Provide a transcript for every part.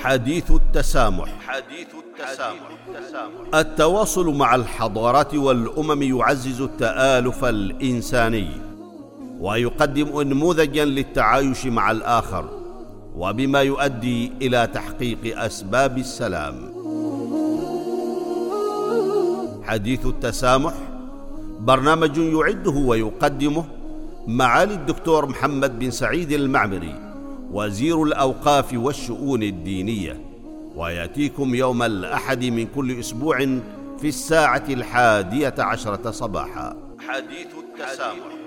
حديث التسامح. التواصل مع الحضارات والأمم يعزز التآلف الإنساني ويقدم نموذجا للتعايش مع الآخر، وبما يؤدي إلى تحقيق أسباب السلام. حديث التسامح برنامج يعده ويقدمه معالي الدكتور محمد بن سعيد المعمري، وزير الأوقاف والشؤون الدينية، ويأتيكم يوم الأحد من كل أسبوع في 11:10 صباحا. حديث التسامح.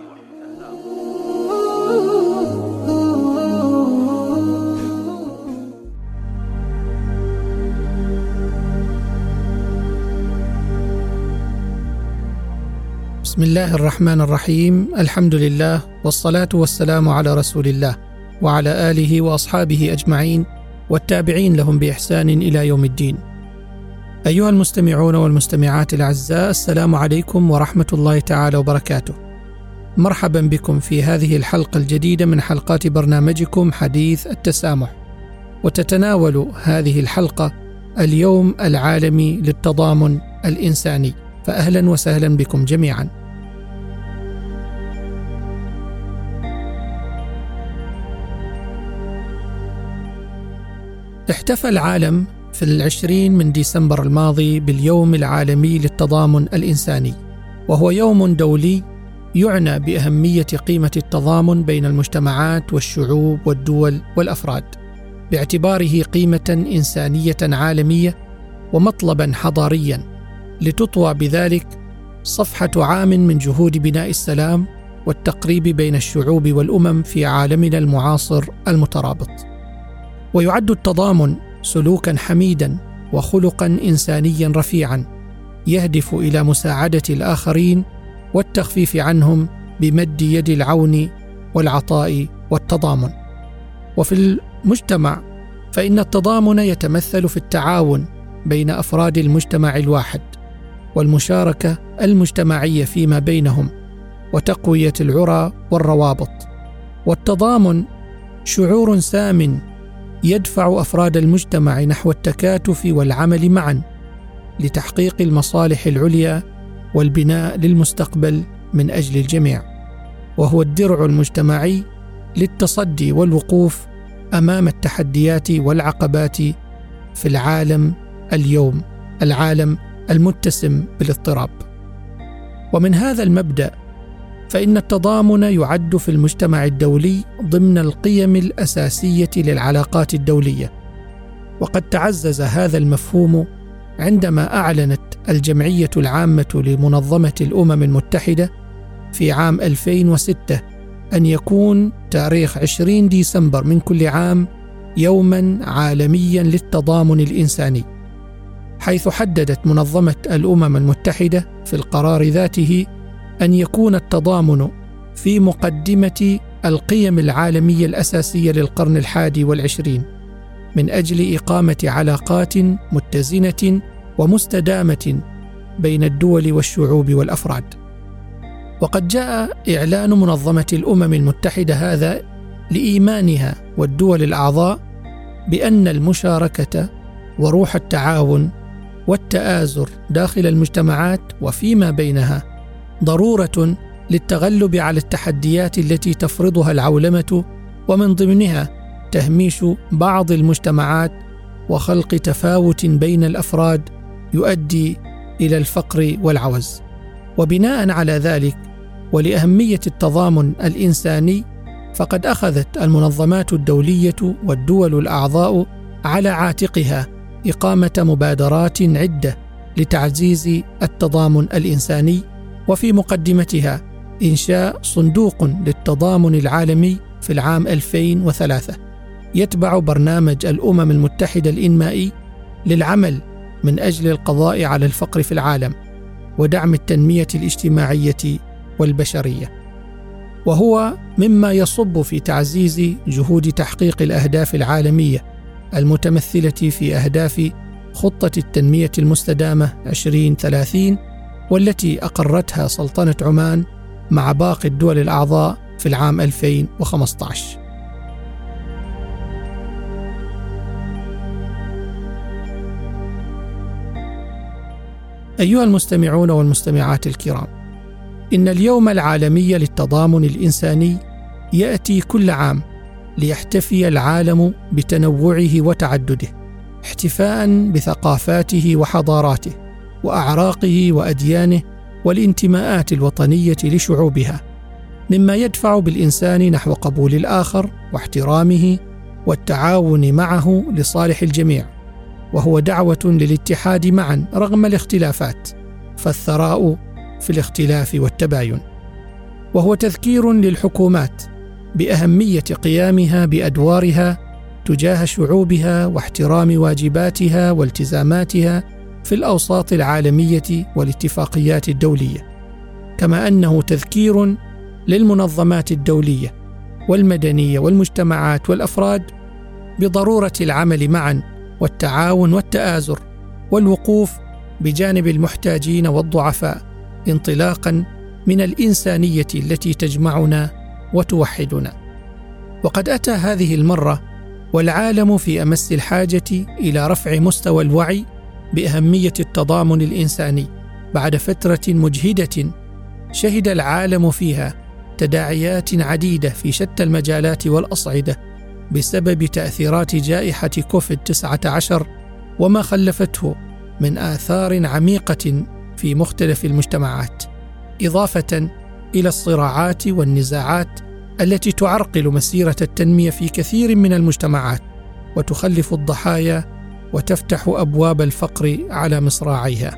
بسم الله الرحمن الرحيم. الحمد لله والصلاة والسلام على رسول الله وعلى آله وأصحابه أجمعين والتابعين لهم بإحسان إلى يوم الدين. أيها المستمعون والمستمعات الأعزاء، السلام عليكم ورحمة الله تعالى وبركاته. مرحبا بكم في هذه الحلقة الجديدة من حلقات برنامجكم حديث التسامح، وتتناول هذه الحلقة اليوم العالمي للتضامن الإنساني، فأهلا وسهلا بكم جميعا. احتفل العالم في 20 من ديسمبر الماضي باليوم العالمي للتضامن الإنساني، وهو يوم دولي يعنى بأهمية قيمة التضامن بين المجتمعات والشعوب والدول والأفراد، باعتباره قيمة إنسانية عالمية ومطلبا حضاريا لتطوى بذلك صفحة عام من جهود بناء السلام والتقريب بين الشعوب والأمم في عالمنا المعاصر المترابط. ويعد التضامن سلوكا حميدا وخلقا إنسانيا رفيعا يهدف إلى مساعدة الآخرين والتخفيف عنهم بمد يد العون والعطاء والتضامن. وفي المجتمع فإن التضامن يتمثل في التعاون بين أفراد المجتمع الواحد والمشاركة المجتمعية فيما بينهم وتقوية العرى والروابط. والتضامن شعور سام يدفع أفراد المجتمع نحو التكاتف والعمل معا لتحقيق المصالح العليا والبناء للمستقبل من أجل الجميع، وهو الدرع المجتمعي للتصدي والوقوف أمام التحديات والعقبات في العالم اليوم، العالم المتسم بالاضطراب. ومن هذا المبدأ فإن التضامن يعد في المجتمع الدولي ضمن القيم الأساسية للعلاقات الدولية. وقد تعزز هذا المفهوم عندما أعلنت الجمعية العامة لمنظمة الأمم المتحدة في عام 2006 أن يكون تاريخ 20 ديسمبر من كل عام يوما عالميا للتضامن الإنساني، حيث حددت منظمة الأمم المتحدة في القرار ذاته أن يكون التضامن في مقدمة القيم العالمية الأساسية للقرن 21 من أجل إقامة علاقات متزنة ومستدامة بين الدول والشعوب والأفراد. وقد جاء إعلان منظمة الأمم المتحدة هذا لإيمانها والدول الأعضاء بأن المشاركة وروح التعاون والتآزر داخل المجتمعات وفيما بينها ضرورة للتغلب على التحديات التي تفرضها العولمة، ومن ضمنها تهميش بعض المجتمعات وخلق تفاوت بين الأفراد يؤدي إلى الفقر والعوز. وبناء على ذلك ولأهمية التضامن الإنساني، فقد أخذت المنظمات الدولية والدول الأعضاء على عاتقها إقامة مبادرات عدة لتعزيز التضامن الإنساني، وفي مقدمتها إنشاء صندوق للتضامن العالمي في العام 2003 يتبع برنامج الأمم المتحدة الإنمائي للعمل من أجل القضاء على الفقر في العالم ودعم التنمية الاجتماعية والبشرية، وهو مما يصب في تعزيز جهود تحقيق الأهداف العالمية المتمثلة في أهداف خطة التنمية المستدامة 2030، والتي أقرتها سلطنة عمان مع باقي الدول الأعضاء في العام 2015. أيها المستمعون والمستمعات الكرام، إن اليوم العالمي للتضامن الإنساني يأتي كل عام ليحتفي العالم بتنوعه وتعدده، احتفاء بثقافاته وحضاراته وأعراقه وأديانه والانتماءات الوطنية لشعوبها، مما يدفع بالإنسان نحو قبول الآخر واحترامه والتعاون معه لصالح الجميع، وهو دعوة للاتحاد معا رغم الاختلافات، فالثراء في الاختلاف والتباين. وهو تذكير للحكومات بأهمية قيامها بأدوارها تجاه شعوبها واحترام واجباتها والتزاماتها في الأوساط العالمية والاتفاقيات الدولية، كما أنه تذكير للمنظمات الدولية والمدنية والمجتمعات والأفراد بضرورة العمل معا والتعاون والتآزر والوقوف بجانب المحتاجين والضعفاء، انطلاقا من الإنسانية التي تجمعنا وتوحدنا. وقد أتى هذه المرة والعالم في أمس الحاجة إلى رفع مستوى الوعي بأهمية التضامن الإنساني بعد فترة مجهدة شهد العالم فيها تداعيات عديدة في شتى المجالات والأصعدة بسبب تأثيرات جائحة كوفيد-19 وما خلفته من آثار عميقة في مختلف المجتمعات، إضافة إلى الصراعات والنزاعات التي تعرقل مسيرة التنمية في كثير من المجتمعات وتخلف الضحايا وتفتح أبواب الفقر على مصراعيها.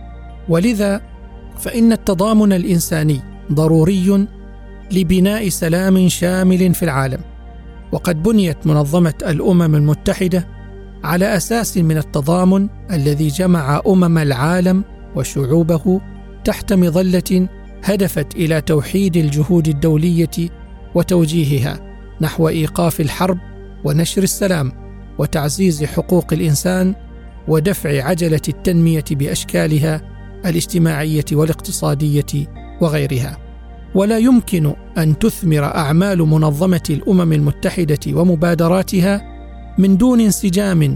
ولذا فإن التضامن الإنساني ضروري لبناء سلام شامل في العالم، وقد بنيت منظمة الأمم المتحدة على أساس من التضامن الذي جمع أمم العالم وشعوبه تحت مظلة هدفت إلى توحيد الجهود الدولية وتوجيهها نحو إيقاف الحرب ونشر السلام وتعزيز حقوق الإنسان ودفع عجلة التنمية بأشكالها الاجتماعية والاقتصادية وغيرها. ولا يمكن أن تثمر أعمال منظمة الأمم المتحدة ومبادراتها من دون انسجام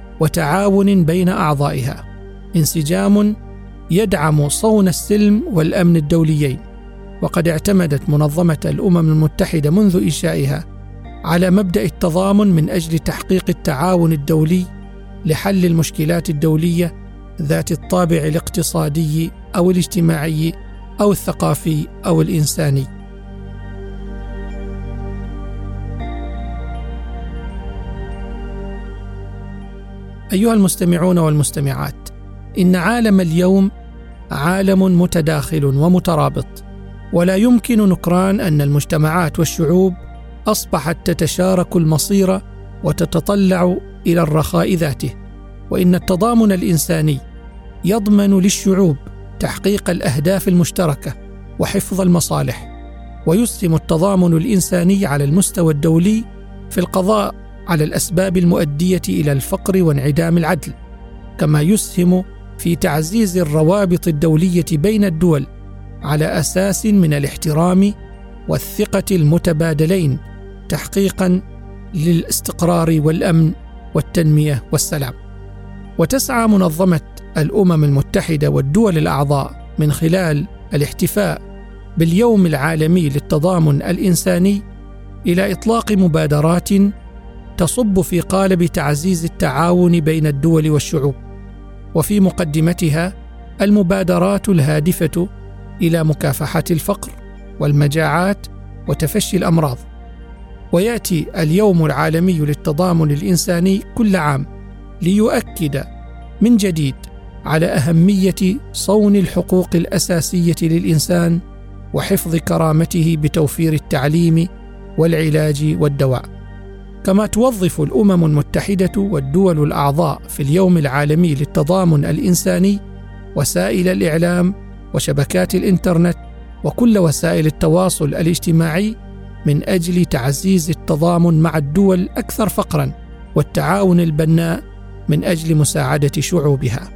وتعاون بين أعضائها، انسجام يدعم صون السلم والأمن الدوليين. وقد اعتمدت منظمة الأمم المتحدة منذ إنشائها على مبدأ التضامن من أجل تحقيق التعاون الدولي لحل المشكلات الدولية ذات الطابع الاقتصادي أو الاجتماعي أو الثقافي أو الإنساني. أيها المستمعون والمستمعات، إن عالم اليوم عالم متداخل ومترابط، ولا يمكن نكران أن المجتمعات والشعوب أصبحت تتشارك المصير وتتطلع إلى الرخاء ذاته، وإن التضامن الإنساني يضمن للشعوب تحقيق الأهداف المشتركة وحفظ المصالح، ويسهم التضامن الإنساني على المستوى الدولي في القضاء على الأسباب المؤدية إلى الفقر وانعدام العدل، كما يسهم في تعزيز الروابط الدولية بين الدول على أساس من الاحترام والثقة المتبادلين، تحقيقاً للاستقرار والأمن والتنمية والسلام. وتسعى منظمة الأمم المتحدة والدول الأعضاء من خلال الاحتفاء باليوم العالمي للتضامن الإنساني إلى إطلاق مبادرات تصب في قالب تعزيز التعاون بين الدول والشعوب، وفي مقدمتها المبادرات الهادفة إلى مكافحة الفقر والمجاعات وتفشي الأمراض. ويأتي اليوم العالمي للتضامن الإنساني كل عام ليؤكد من جديد على أهمية صون الحقوق الأساسية للإنسان وحفظ كرامته بتوفير التعليم والعلاج والدواء. كما توظف الأمم المتحدة والدول الأعضاء في اليوم العالمي للتضامن الإنساني وسائل الإعلام وشبكات الإنترنت وكل وسائل التواصل الاجتماعي من أجل تعزيز التضامن مع الدول الأكثر فقراً والتعاون البناء من أجل مساعدة شعوبها.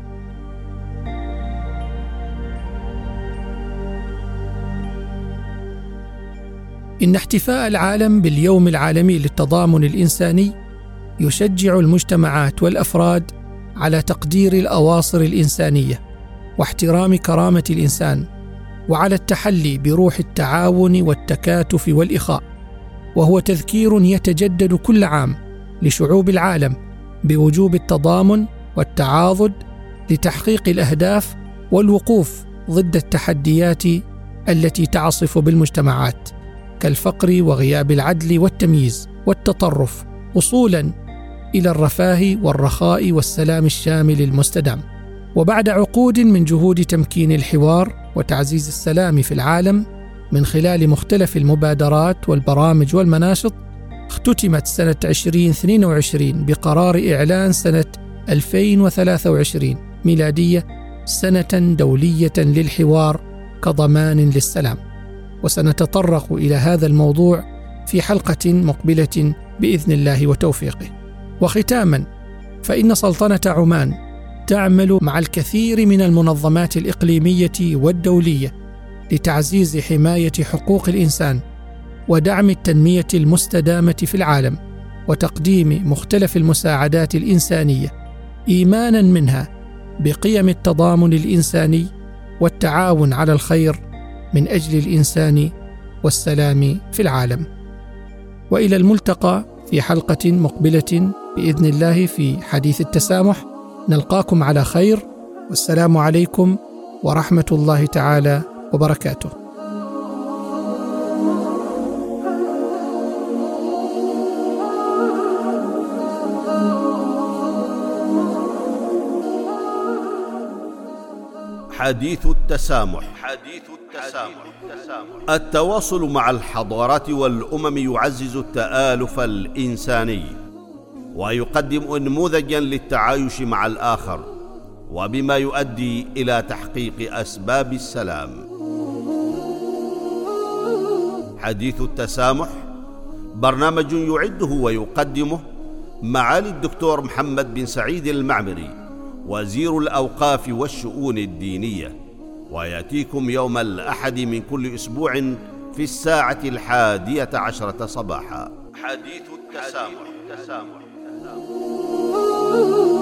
إن احتفاء العالم باليوم العالمي للتضامن الإنساني يشجع المجتمعات والأفراد على تقدير الأواصر الإنسانية واحترام كرامة الإنسان، وعلى التحلي بروح التعاون والتكاتف والإخاء، وهو تذكير يتجدد كل عام لشعوب العالم بوجوب التضامن والتعاضد لتحقيق الأهداف والوقوف ضد التحديات التي تعصف بالمجتمعات كالفقر وغياب العدل والتمييز والتطرف، وصولاً إلى الرفاه والرخاء والسلام الشامل المستدام. وبعد عقود من جهود تمكين الحوار وتعزيز السلام في العالم من خلال مختلف المبادرات والبرامج والمناشط، اختتمت سنة 2022 بقرار إعلان سنة 2023 ميلادية سنة دولية للحوار كضمان للسلام، وسنتطرق إلى هذا الموضوع في حلقة مقبلة بإذن الله وتوفيقه. وختاماً، فإن سلطنة عمان تعمل مع الكثير من المنظمات الإقليمية والدولية لتعزيز حماية حقوق الإنسان ودعم التنمية المستدامة في العالم وتقديم مختلف المساعدات الإنسانية، إيماناً منها بقيم التضامن الإنساني والتعاون على الخير من أجل الإنسان والسلام في العالم. وإلى الملتقى في حلقة مقبلة بإذن الله في حديث التسامح. نلقاكم على خير، والسلام عليكم ورحمة الله تعالى وبركاته. حديث التسامح. التواصل مع الحضارات والأمم يعزز التآلف الإنساني ويقدم نموذجا للتعايش مع الآخر، وبما يؤدي إلى تحقيق أسباب السلام. حديث التسامح برنامج يعده ويقدمه معالي الدكتور محمد بن سعيد المعمري، وزير الأوقاف والشؤون الدينية، ويأتيكم يوم الأحد من كل أسبوع في 11:10 صباحا. حديث التسامح.